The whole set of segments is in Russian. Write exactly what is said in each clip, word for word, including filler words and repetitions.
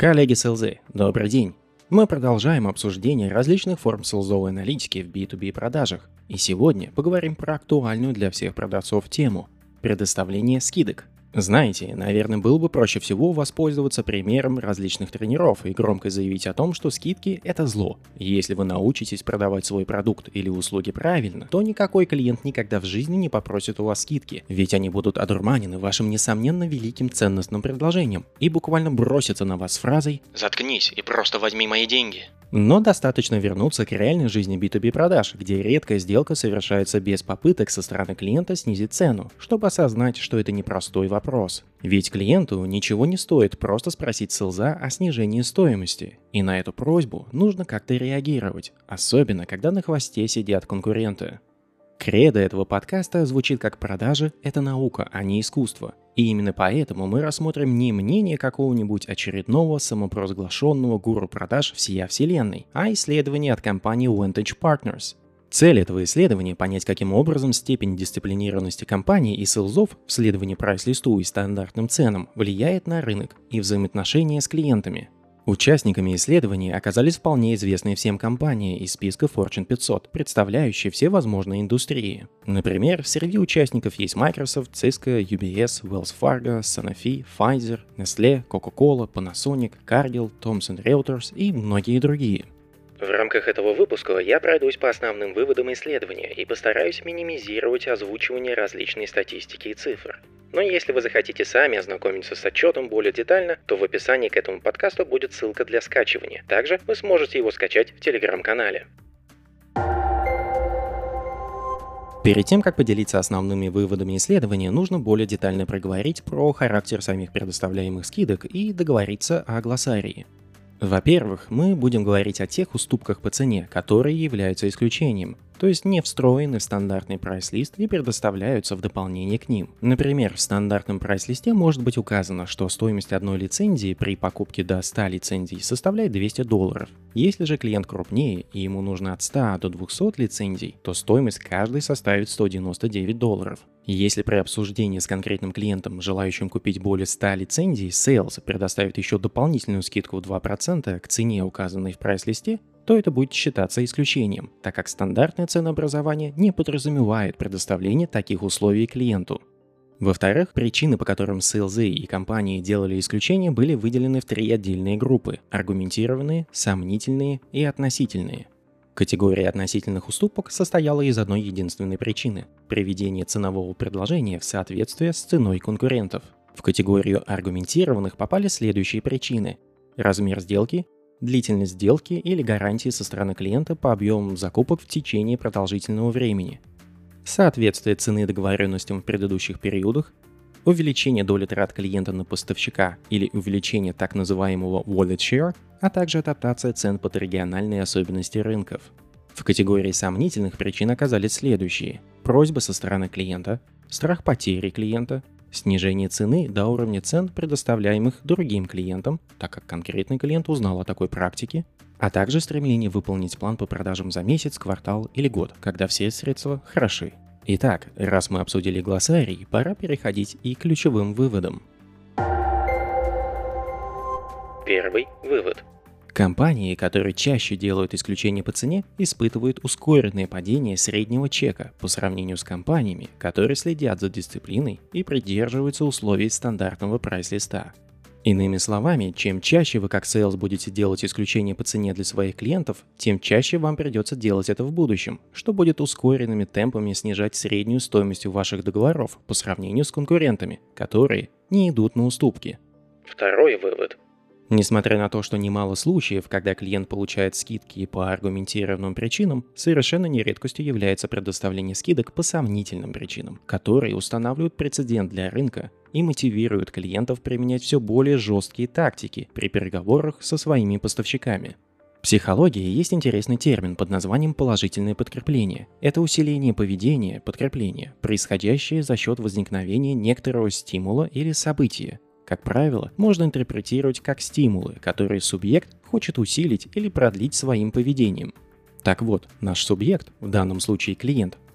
Коллеги селзы, добрый день! Мы продолжаем обсуждение различных форм селзовой аналитики в би ту би продажах. И сегодня поговорим про актуальную для всех продавцов тему – предоставление скидок. Знаете, наверное, было бы проще всего воспользоваться примером различных тренеров и громко заявить о том, что скидки – это зло. Если вы научитесь продавать свой продукт или услуги правильно, то никакой клиент никогда в жизни не попросит у вас скидки, ведь они будут одурманены вашим несомненно великим ценностным предложением и буквально бросятся на вас с фразой «Заткнись и просто возьми мои деньги». Но достаточно вернуться к реальной жизни би ту би продаж, где редкая сделка совершается без попыток со стороны клиента снизить цену, чтобы осознать, что это непростой вопрос. Ведь клиенту ничего не стоит просто спросить селза о снижении стоимости, и на эту просьбу нужно как-то реагировать, особенно когда на хвосте сидят конкуренты. Кредо этого подкаста звучит как «продажи – это наука, а не искусство». И именно поэтому мы рассмотрим не мнение какого-нибудь очередного самопровозглашенного гуру продаж всея вселенной, а исследование от компании Vantage Partners. Цель этого исследования – понять, каким образом степень дисциплинированности компании и селзов в следовании прайс-листу и стандартным ценам влияет на рынок и взаимоотношения с клиентами. Участниками исследования оказались вполне известные всем компании из списка Fortune пятьсот, представляющие все возможные индустрии. Например, среди участников есть Microsoft, Cisco, ю би эс, Wells Fargo, Sanofi, Pfizer, Nestle, Coca-Cola, Panasonic, Cargill, Thomson Reuters и многие другие. В рамках этого выпуска я пройдусь по основным выводам исследования и постараюсь минимизировать озвучивание различной статистики и цифр. Но если вы захотите сами ознакомиться с отчетом более детально, то в описании к этому подкасту будет ссылка для скачивания. Также вы сможете его скачать в телеграм-канале. Перед тем, как поделиться основными выводами исследования, нужно более детально проговорить про характер самих предоставляемых скидок и договориться о глоссарии. Во-первых, мы будем говорить о тех уступках по цене, которые являются исключением, то есть не встроены в стандартный прайс-лист и предоставляются в дополнение к ним. Например, в стандартном прайс-листе может быть указано, что стоимость одной лицензии при покупке до ста лицензий составляет двести долларов. Если же клиент крупнее и ему нужно от ста до двухсот лицензий, то стоимость каждой составит сто девяносто девять долларов. Если при обсуждении с конкретным клиентом, желающим купить более ста лицензий, Sales предоставит еще дополнительную скидку в два процента к цене, указанной в прайс-листе, то это будет считаться исключением, так как стандартное ценообразование не подразумевает предоставление таких условий клиенту. Во-вторых, причины, по которым селзы и компании делали исключения, были выделены в три отдельные группы – аргументированные, сомнительные и относительные. Категория относительных уступок состояла из одной единственной причины – приведения ценового предложения в соответствие с ценой конкурентов. В категорию аргументированных попали следующие причины – размер сделки, длительность сделки или гарантии со стороны клиента по объемам закупок в течение продолжительного времени, соответствие цены договоренностям в предыдущих периодах, увеличение доли трат клиента на поставщика или увеличение так называемого wallet share, а также адаптация цен под региональные особенности рынков. В категории сомнительных причин оказались следующие: просьба со стороны клиента, страх потери клиента, снижение цены до уровня цен, предоставляемых другим клиентам, так как конкретный клиент узнал о такой практике, а также стремление выполнить план по продажам за месяц, квартал или год, когда все средства хороши. Итак, раз мы обсудили глоссарий, пора переходить и к ключевым выводам. Первый вывод. Компании, которые чаще делают исключения по цене, испытывают ускоренное падение среднего чека по сравнению с компаниями, которые следят за дисциплиной и придерживаются условий стандартного прайс-листа. Иными словами, чем чаще вы как Sales будете делать исключения по цене для своих клиентов, тем чаще вам придется делать это в будущем, что будет ускоренными темпами снижать среднюю стоимость ваших договоров по сравнению с конкурентами, которые не идут на уступки. Второй вывод. Несмотря на то, что немало случаев, когда клиент получает скидки по аргументированным причинам, совершенно не редкостью является предоставление скидок по сомнительным причинам, которые устанавливают прецедент для рынка и мотивируют клиентов применять все более жесткие тактики при переговорах со своими поставщиками. В психологии есть интересный термин под названием положительное подкрепление. Это усиление поведения, подкрепления, происходящее за счет возникновения некоторого стимула или события. Как правило, можно интерпретировать как стимулы, которые субъект хочет усилить или продлить своим поведением. Так вот, наш субъект, в данном случае клиент,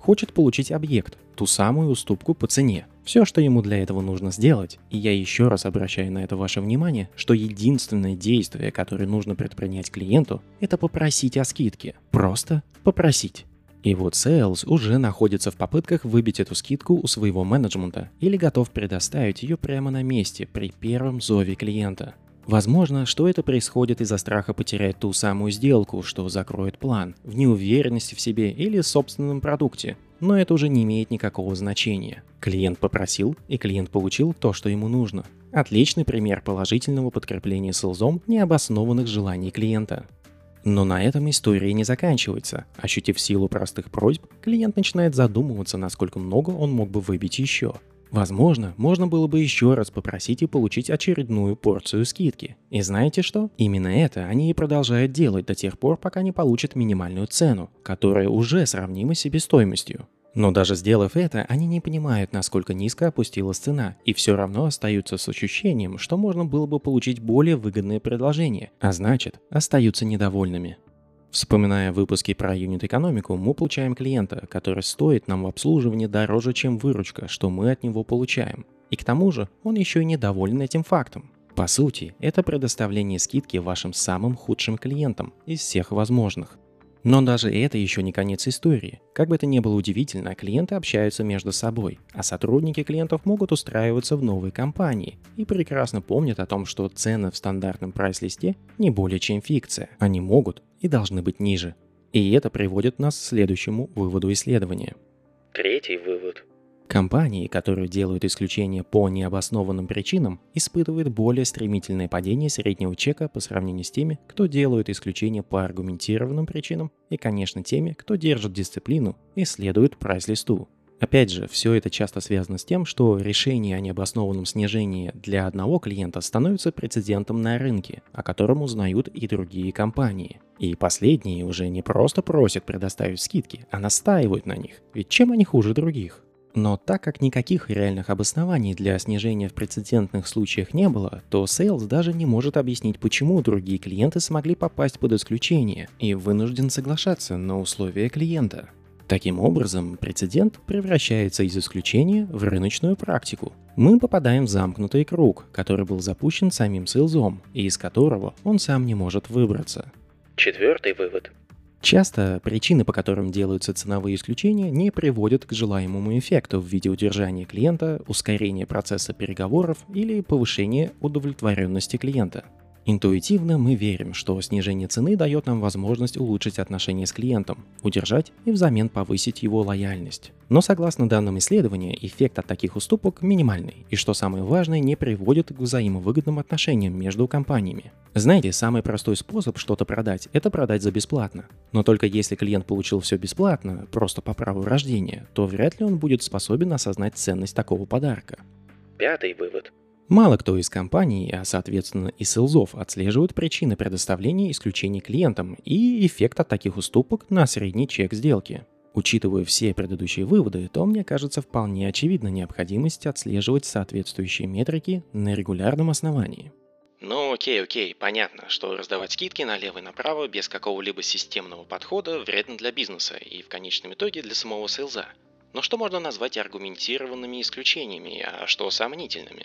хочет получить объект, ту самую уступку по цене. Все, что ему для этого нужно сделать, и я еще раз обращаю на это ваше внимание, что единственное действие, которое нужно предпринять клиенту, это попросить о скидке. Просто попросить. И вот Sales уже находится в попытках выбить эту скидку у своего менеджмента или готов предоставить ее прямо на месте при первом зове клиента. Возможно, что это происходит из-за страха потерять ту самую сделку, что закроет план, в неуверенности в себе или в собственном продукте. Но это уже не имеет никакого значения. Клиент попросил, и клиент получил то, что ему нужно. Отличный пример положительного подкрепления селзом необоснованных желаний клиента. Но на этом история не заканчивается. Ощутив силу простых просьб, клиент начинает задумываться, насколько много он мог бы выбить еще. Возможно, можно было бы еще раз попросить и получить очередную порцию скидки. И знаете что? Именно это они и продолжают делать до тех пор, пока не получат минимальную цену, которая уже сравнима с себестоимостью. Но даже сделав это, они не понимают, насколько низко опустилась цена, и все равно остаются с ощущением, что можно было бы получить более выгодное предложение, а значит, остаются недовольными. Вспоминая выпуски про юнит-экономику, мы получаем клиента, который стоит нам в обслуживании дороже, чем выручка, что мы от него получаем. И к тому же, он еще и недоволен этим фактом. По сути, это предоставление скидки вашим самым худшим клиентам из всех возможных. Но даже это еще не конец истории. Как бы это ни было удивительно, клиенты общаются между собой, а сотрудники клиентов могут устраиваться в новой компании и прекрасно помнят о том, что цены в стандартном прайс-листе не более чем фикция. Они могут и должны быть ниже. И это приводит нас к следующему выводу исследования. Третий вывод. Компании, которые делают исключения по необоснованным причинам, испытывают более стремительное падение среднего чека по сравнению с теми, кто делает исключения по аргументированным причинам и, конечно, теми, кто держит дисциплину и следует прайс-листу. Опять же, все это часто связано с тем, что решение о необоснованном снижении для одного клиента становится прецедентом на рынке, о котором узнают и другие компании. И последние уже не просто просят предоставить скидки, а настаивают на них, ведь чем они хуже других? Но так как никаких реальных обоснований для снижения в прецедентных случаях не было, то Sales даже не может объяснить, почему другие клиенты смогли попасть под исключение и вынужден соглашаться на условия клиента. Таким образом, прецедент превращается из исключения в рыночную практику. Мы попадаем в замкнутый круг, который был запущен самим Sales, и из которого он сам не может выбраться. Четвертый вывод. Часто причины, по которым делаются ценовые исключения, не приводят к желаемому эффекту в виде удержания клиента, ускорения процесса переговоров или повышения удовлетворенности клиента. Интуитивно мы верим, что снижение цены дает нам возможность улучшить отношения с клиентом, удержать и взамен повысить его лояльность. Но согласно данным исследования, эффект от таких уступок минимальный, и что самое важное, не приводит к взаимовыгодным отношениям между компаниями. Знаете, самый простой способ что-то продать – это продать за бесплатно. Но только если клиент получил все бесплатно, просто по праву рождения, то вряд ли он будет способен осознать ценность такого подарка. Пятый вывод. Мало кто из компаний, а соответственно и селзов, отслеживают причины предоставления исключений клиентам и эффект от таких уступок на средний чек сделки. Учитывая все предыдущие выводы, то мне кажется вполне очевидна необходимость отслеживать соответствующие метрики на регулярном основании. Ну окей, окей, понятно, что раздавать скидки налево и направо без какого-либо системного подхода вредно для бизнеса и в конечном итоге для самого селза. Но что можно назвать аргументированными исключениями, а что сомнительными?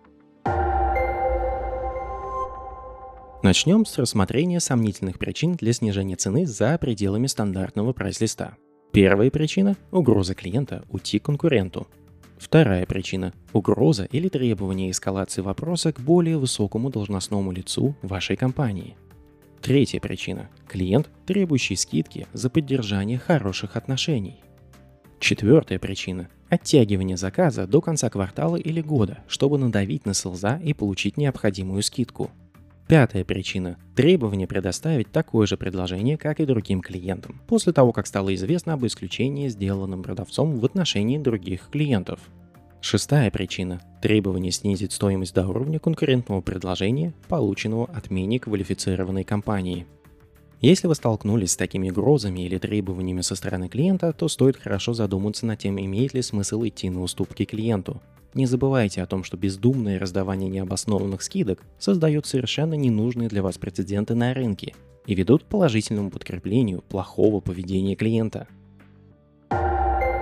Начнем с рассмотрения сомнительных причин для снижения цены за пределами стандартного прайс-листа. Первая причина – угроза клиента уйти к конкуренту. Вторая причина – угроза или требование эскалации вопроса к более высокому должностному лицу вашей компании. Третья причина – клиент, требующий скидки за поддержание хороших отношений. Четвертая причина – оттягивание заказа до конца квартала или года, чтобы надавить на селза и получить необходимую скидку. Пятая причина – требование предоставить такое же предложение, как и другим клиентам, после того, как стало известно об исключении, сделанном продавцом в отношении других клиентов. Шестая причина – требование снизить стоимость до уровня конкурентного предложения, полученного от менее квалифицированной компании. Если вы столкнулись с такими угрозами или требованиями со стороны клиента, то стоит хорошо задуматься над тем, имеет ли смысл идти на уступки клиенту. Не забывайте о том, что бездумное раздавание необоснованных скидок создает совершенно ненужные для вас прецеденты на рынке и ведут к положительному подкреплению плохого поведения клиента.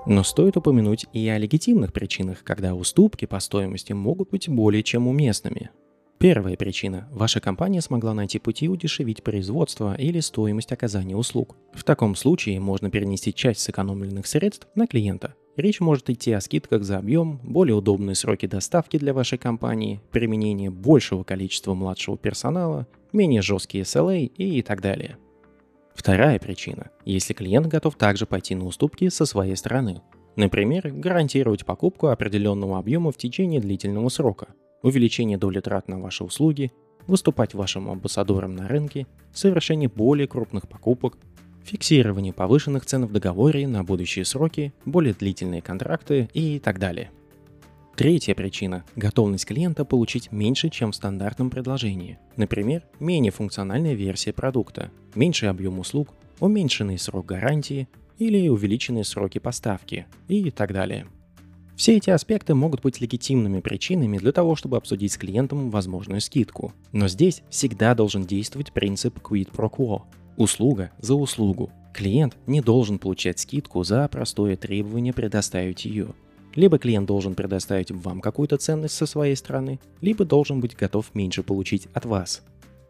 Но стоит упомянуть и о легитимных причинах, когда уступки по стоимости могут быть более чем уместными. Первая причина. Ваша компания смогла найти пути удешевить производство или стоимость оказания услуг. В таком случае можно перенести часть сэкономленных средств на клиента. Речь может идти о скидках за объем, более удобные сроки доставки для вашей компании, применение большего количества младшего персонала, менее жесткие эс эл эй и так далее. Вторая причина. Если клиент готов также пойти на уступки со своей стороны. Например, гарантировать покупку определенного объема в течение длительного срока, увеличение доли трат на ваши услуги, выступать вашим амбассадором на рынке, совершение более крупных покупок, фиксирование повышенных цен в договоре на будущие сроки, более длительные контракты и так далее. Третья причина – готовность клиента получить меньше, чем в стандартном предложении. Например, менее функциональная версия продукта, меньший объем услуг, уменьшенный срок гарантии или увеличенные сроки поставки и так далее. Все эти аспекты могут быть легитимными причинами для того, чтобы обсудить с клиентом возможную скидку. Но здесь всегда должен действовать принцип quid pro quo – услуга за услугу. Клиент не должен получать скидку за простое требование предоставить ее. Либо клиент должен предоставить вам какую-то ценность со своей стороны, либо должен быть готов меньше получить от вас.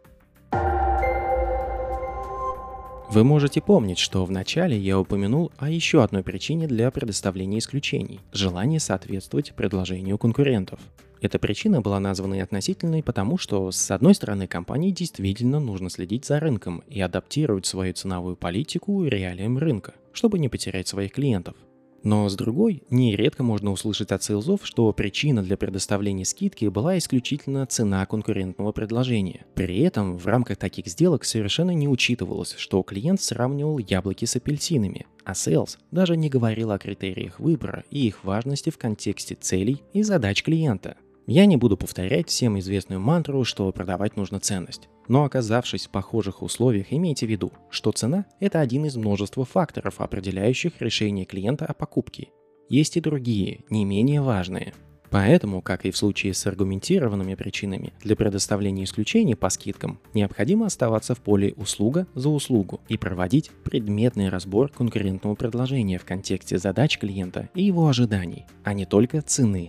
Вы можете помнить, что в начале я упомянул о еще одной причине для предоставления исключений – желание соответствовать предложению конкурентов. Эта причина была названа и относительной, потому что, с одной стороны, компании действительно нужно следить за рынком и адаптировать свою ценовую политику реалиям рынка, чтобы не потерять своих клиентов. Но с другой, нередко можно услышать от сейлзов, что причина для предоставления скидки была исключительно цена конкурентного предложения. При этом в рамках таких сделок совершенно не учитывалось, что клиент сравнивал яблоки с апельсинами, а сейлз даже не говорил о критериях выбора и их важности в контексте целей и задач клиента. Я не буду повторять всем известную мантру, что продавать нужно ценность. Но оказавшись в похожих условиях, имейте в виду, что цена – это один из множества факторов, определяющих решение клиента о покупке. Есть и другие, не менее важные. Поэтому, как и в случае с аргументированными причинами, для предоставления исключений по скидкам необходимо оставаться в поле услуга за услугу и проводить предметный разбор конкурентного предложения в контексте задач клиента и его ожиданий, а не только цены.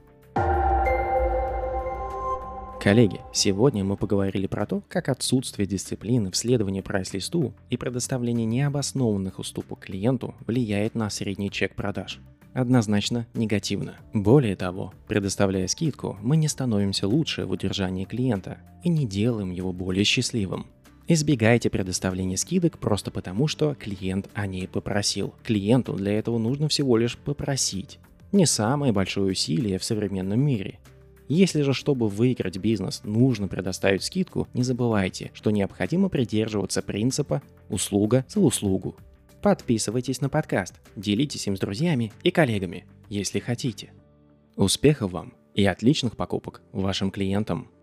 Коллеги, сегодня мы поговорили про то, как отсутствие дисциплины в следовании прайс-листу и предоставление необоснованных уступок клиенту влияет на средний чек продаж. Однозначно негативно. Более того, предоставляя скидку, мы не становимся лучше в удержании клиента и не делаем его более счастливым. Избегайте предоставления скидок просто потому, что клиент о ней попросил. Клиенту для этого нужно всего лишь попросить. Не самое большое усилие в современном мире. Если же, чтобы выиграть бизнес, нужно предоставить скидку, не забывайте, что необходимо придерживаться принципа «услуга за услугу». Подписывайтесь на подкаст, делитесь им с друзьями и коллегами, если хотите. Успехов вам и отличных покупок вашим клиентам!